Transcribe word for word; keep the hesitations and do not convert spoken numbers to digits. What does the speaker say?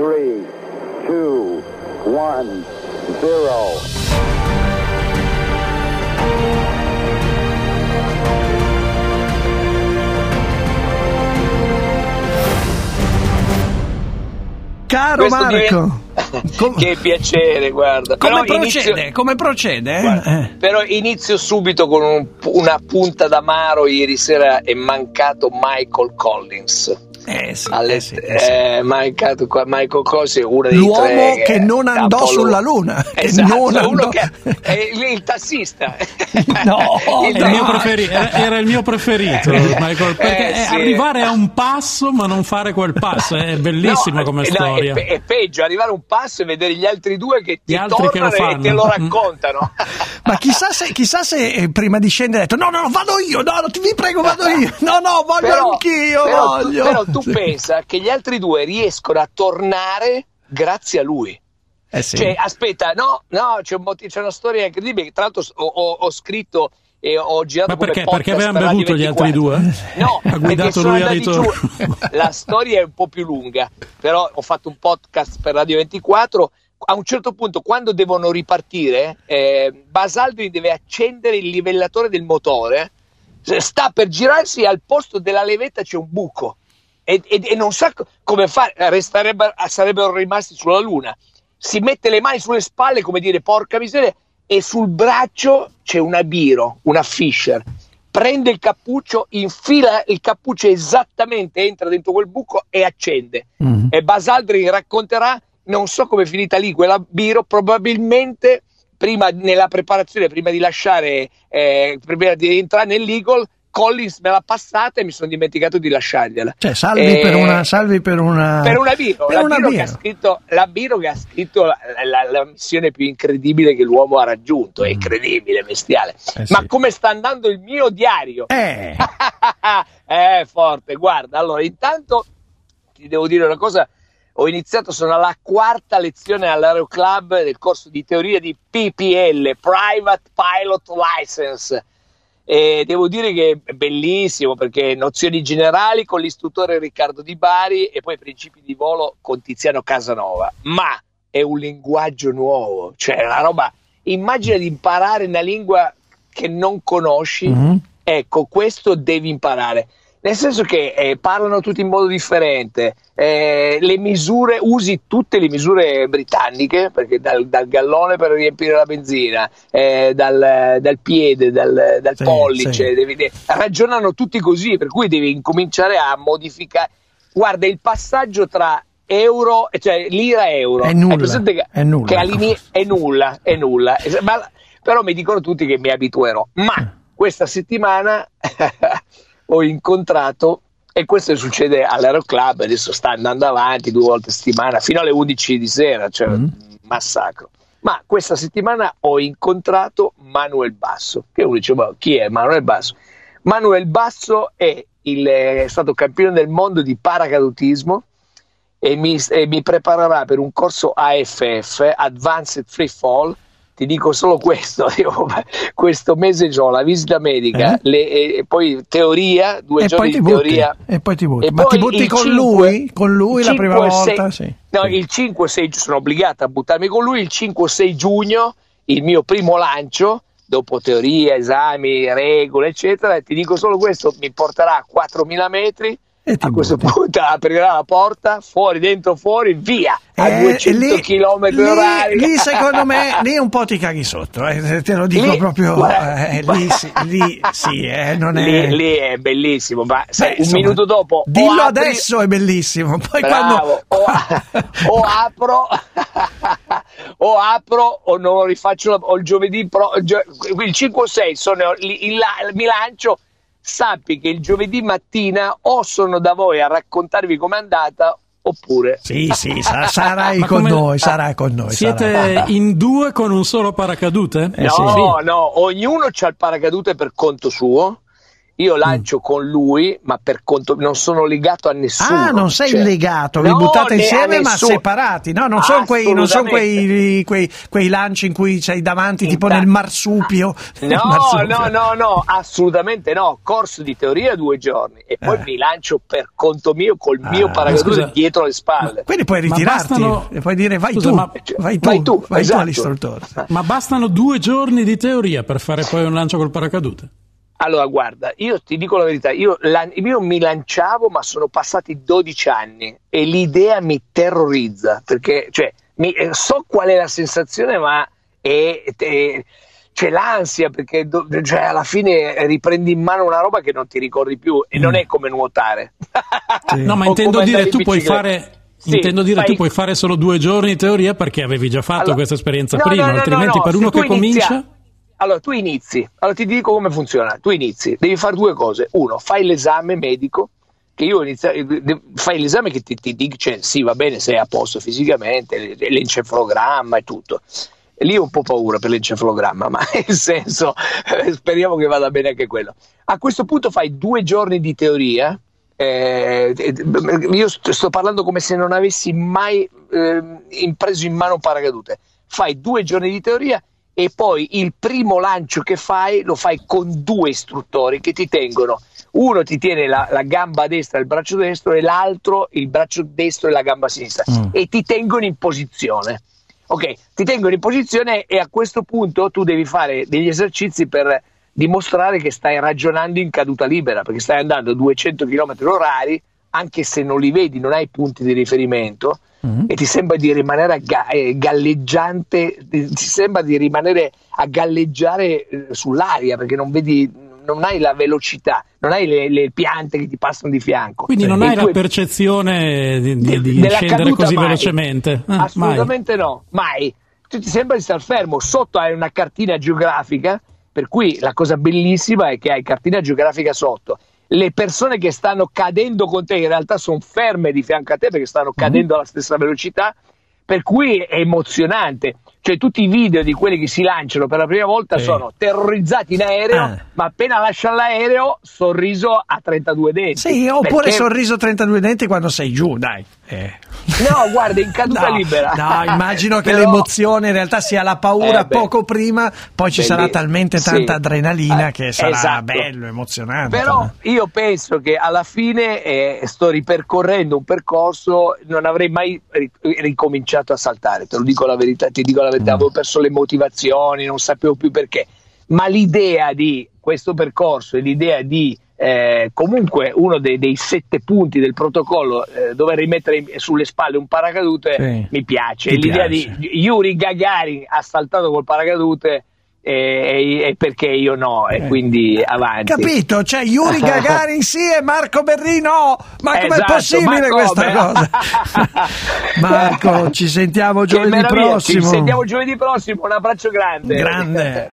three, two, one, zero. Caro Questo Marco, Com- che piacere, guarda. Come però procede? Inizio... Come procede? Guarda, eh? Però inizio subito con un, una punta d'amaro. Ieri sera è mancato Michael Collins. Eh sì, Alle, eh sì, eh sì. È mancato qua Michael Collins, è uno dei l'uomo tre che non andò Apollo. sulla luna. Esatto, che non uno andò... che è il, il tassista. No, il, il mio preferi- era, era il mio preferito, Michael, perché eh, sì. arrivare a un passo ma non fare quel passo è bellissimo no, come no, storia. È, è peggio arrivare a un passo e vedere gli altri due che ti Gli altri tornano che lo e te lo raccontano. Ma chissà se, chissà se eh, prima di scendere ha detto no no no vado io, no, no ti vi prego vado io, no no voglio però, anch'io però, voglio. Però tu sì. pensa che gli altri due riescono a tornare grazie a lui. Eh sì. Cioè, aspetta, no, no, c'è, un motivo, c'è una storia incredibile. Tra l'altro ho, ho, ho scritto e ho girato Ma perché? come Perché podcast avevano per bevuto Radio gli ventiquattro. altri due? No, Ha guidato sono lui a andati ritorno. giù. La storia è un po' più lunga, però ho fatto un podcast per Radio ventiquattro. A un certo punto, quando devono ripartire, eh, Buzz Aldrin deve accendere il livellatore del motore. Sta per girarsi, al posto della levetta c'è un buco. E, e, e non sa come fare, resterebbe, sarebbero rimasti sulla luna. Si mette le mani sulle spalle, come dire porca miseria, e sul braccio c'è una Biro, una Fisher. Prende il cappuccio, infila il cappuccio esattamente, entra dentro quel buco e accende. Mm-hmm. E Buzz Aldrin racconterà, non so come è finita lì quella Biro, probabilmente prima nella preparazione, prima di lasciare, eh, prima di entrare nell'Eagle, Collins me l'ha passata e mi sono dimenticato di lasciargliela. Cioè, salvi eh, per una salvi per una per una Biro, per la, una Biro Biro. Che ha scritto, la Biro che ha scritto la, la, la missione più incredibile che l'uomo ha raggiunto. È incredibile, bestiale. Eh, Ma sì. come sta andando il mio diario? Eh. È forte, guarda. Allora, intanto ti devo dire una cosa. Ho iniziato, sono alla quarta lezione all'Aero Club del corso di teoria di P P L, Private Pilot License. E devo dire che è bellissimo perché nozioni generali con l'istruttore Riccardo Di Bari e poi principi di volo con Tiziano Casanova, ma è un linguaggio nuovo, cioè una roba, immagina di imparare una lingua che non conosci, mm-hmm. Ecco, questo devi imparare, nel senso che eh, parlano tutti in modo differente, eh, le misure, usi tutte le misure britanniche, perché dal, dal gallone per riempire la benzina, eh, dal, dal piede, dal, dal sì, pollice, sì. Devi, ragionano tutti così, per cui devi incominciare a modificare. Guarda, il passaggio tra euro, cioè lira e euro, è nulla, che, è nulla. Che all'ini- è nulla, è nulla. Ma, però mi dicono tutti che mi abituerò. Ma questa settimana ho incontrato, e questo succede all'Aero Club, adesso sta andando avanti due volte a settimana fino alle undici di sera, cioè mm. massacro. Ma questa settimana ho incontrato Manuel Basso, che uno dice, ma chi è Manuel Basso? Manuel Basso è, il, è stato campione del mondo di paracadutismo e mi, e mi preparerà per un corso A F F, Advanced Free Fall. Ti dico solo questo, io, questo mese ho la visita medica, eh? le, e poi teoria, due e giorni di teoria. E poi ti butti. E Ma poi ti butti con cinque, lui? Con lui la prima volta? sei, sì. No, sì. il cinque sei, sono obbligata a buttarmi con lui, il cinque sei giugno, il mio primo lancio, dopo teoria, esami, regole, eccetera, e ti dico solo questo, mi porterà a quattromila metri. E a questo butti. Punto aprirà la porta, fuori, dentro, fuori, via a eh, duecento chilometri orari. Lì secondo me lì un po' ti caghi sotto, eh, te lo dico lì, proprio guarda, eh, lì, sì, lì sì, eh, non è... lì, lì è bellissimo, ma sai, Beh, un insomma, minuto dopo dillo apri... adesso è bellissimo, poi Bravo, quando o, o apro o apro o non lo rifaccio o il giovedì pro, il cinque sei sono il, il, il, mi lancio. Sappi che il giovedì mattina o sono da voi a raccontarvi com'è andata oppure sì sì sa- sarai con noi sarai con noi siete sarai. In due con un solo paracadute? Eh, no sì. no ognuno c'ha il paracadute per conto suo io lancio mm. con lui, ma per conto non sono legato a nessuno. Ah, non sei cioè, legato, vi no, buttate insieme ma separati. No, non sono quei, non son quei, quei, quei lanci in cui sei davanti tipo nel marsupio. No, nel marsupio. no, no, no, assolutamente no. Corso di teoria due giorni e poi eh. mi lancio per conto mio col ah, mio paracadute dietro le spalle. Ma, quindi puoi ritirarti bastano... e puoi dire vai scusa, tu, ma... vai tu, vai tu, vai esatto. tu all'istruttore. Ma bastano due giorni di teoria per fare poi un lancio col paracadute? Allora, guarda, io ti dico la verità, io, la, io mi lanciavo, ma sono passati dodici anni e l'idea mi terrorizza, perché cioè, mi, so qual è la sensazione, ma è, è, c'è l'ansia, perché do, cioè, alla fine riprendi in mano una roba che non ti ricordi più e mm. non è come nuotare. Sì. No, ma intendo dire, tu puoi fare... Sì, Intendo dire, fai... tu puoi fare solo due giorni di teoria perché avevi già fatto allora, questa esperienza no, prima, no, no, altrimenti no, no. per uno che inizia... comincia... Allora, tu inizi, allora ti dico come funziona, tu inizi, devi fare due cose, uno, fai l'esame medico, che io inizio, fai l'esame che ti, ti dice sì, va bene, sei a posto fisicamente, l'encefalogramma e tutto. E lì ho un po' paura per l'encefalogramma, ma nel senso, speriamo che vada bene anche quello. A questo punto fai due giorni di teoria. Eh, io sto parlando come se non avessi mai eh, preso in mano un paracadute. Fai due giorni di teoria e poi il primo lancio che fai lo fai con due istruttori che ti tengono. Uno ti tiene la, la gamba destra e il braccio destro e l'altro il braccio destro e la gamba sinistra mm. e ti tengono in posizione. Ok, ti tengono in posizione e a questo punto tu devi fare degli esercizi per dimostrare che stai ragionando in caduta libera, perché stai andando a duecento chilometri orari, anche se non li vedi, non hai punti di riferimento mm-hmm. e ti sembra di rimanere a ga- eh, galleggiante, ti sembra di rimanere a galleggiare eh, sull'aria, perché non vedi, non hai la velocità, non hai le, le piante che ti passano di fianco. Quindi non e hai la è... percezione di, di, di scendere così mai. velocemente? Ah, Assolutamente mai. no, mai. Tu ti sembra di star fermo, sotto hai una cartina geografica. Per cui la cosa bellissima è che hai cartina geografica sotto. Le persone che stanno cadendo con te in realtà sono ferme di fianco a te perché stanno cadendo alla stessa velocità, per cui è emozionante. Cioè tutti i video di quelli che si lanciano per la prima volta eh. sono terrorizzati in aereo, ah. ma appena lasciano l'aereo sorriso a trentadue denti. Sì, oppure perché... sorriso a trentadue denti quando sei giù, dai. Eh. No, guarda, in caduta no, libera. No, immagino che Però... l'emozione in realtà sia la paura eh beh, poco prima, poi ci sarà talmente tanta sì. adrenalina eh, che sarà esatto. bello, emozionante. Però io penso che alla fine eh, sto ripercorrendo un percorso, non avrei mai ricominciato a saltare, te lo dico la verità, ti dico la verità, mm. avevo perso le motivazioni, non sapevo più perché, ma l'idea di questo percorso e l'idea di Eh, comunque uno dei, dei sette punti del protocollo eh, dover rimettere sulle spalle un paracadute sì, mi piace. L'idea piace. di Yuri Gagarin ha saltato col paracadute e, e perché io no e eh. quindi avanti. Capito? Cioè Yuri Gagarin sì e Marco Berri no, ma com'è esatto, possibile questa cosa? Marco, ci sentiamo giovedì prossimo. Ci sentiamo giovedì prossimo, un abbraccio grande. Grande.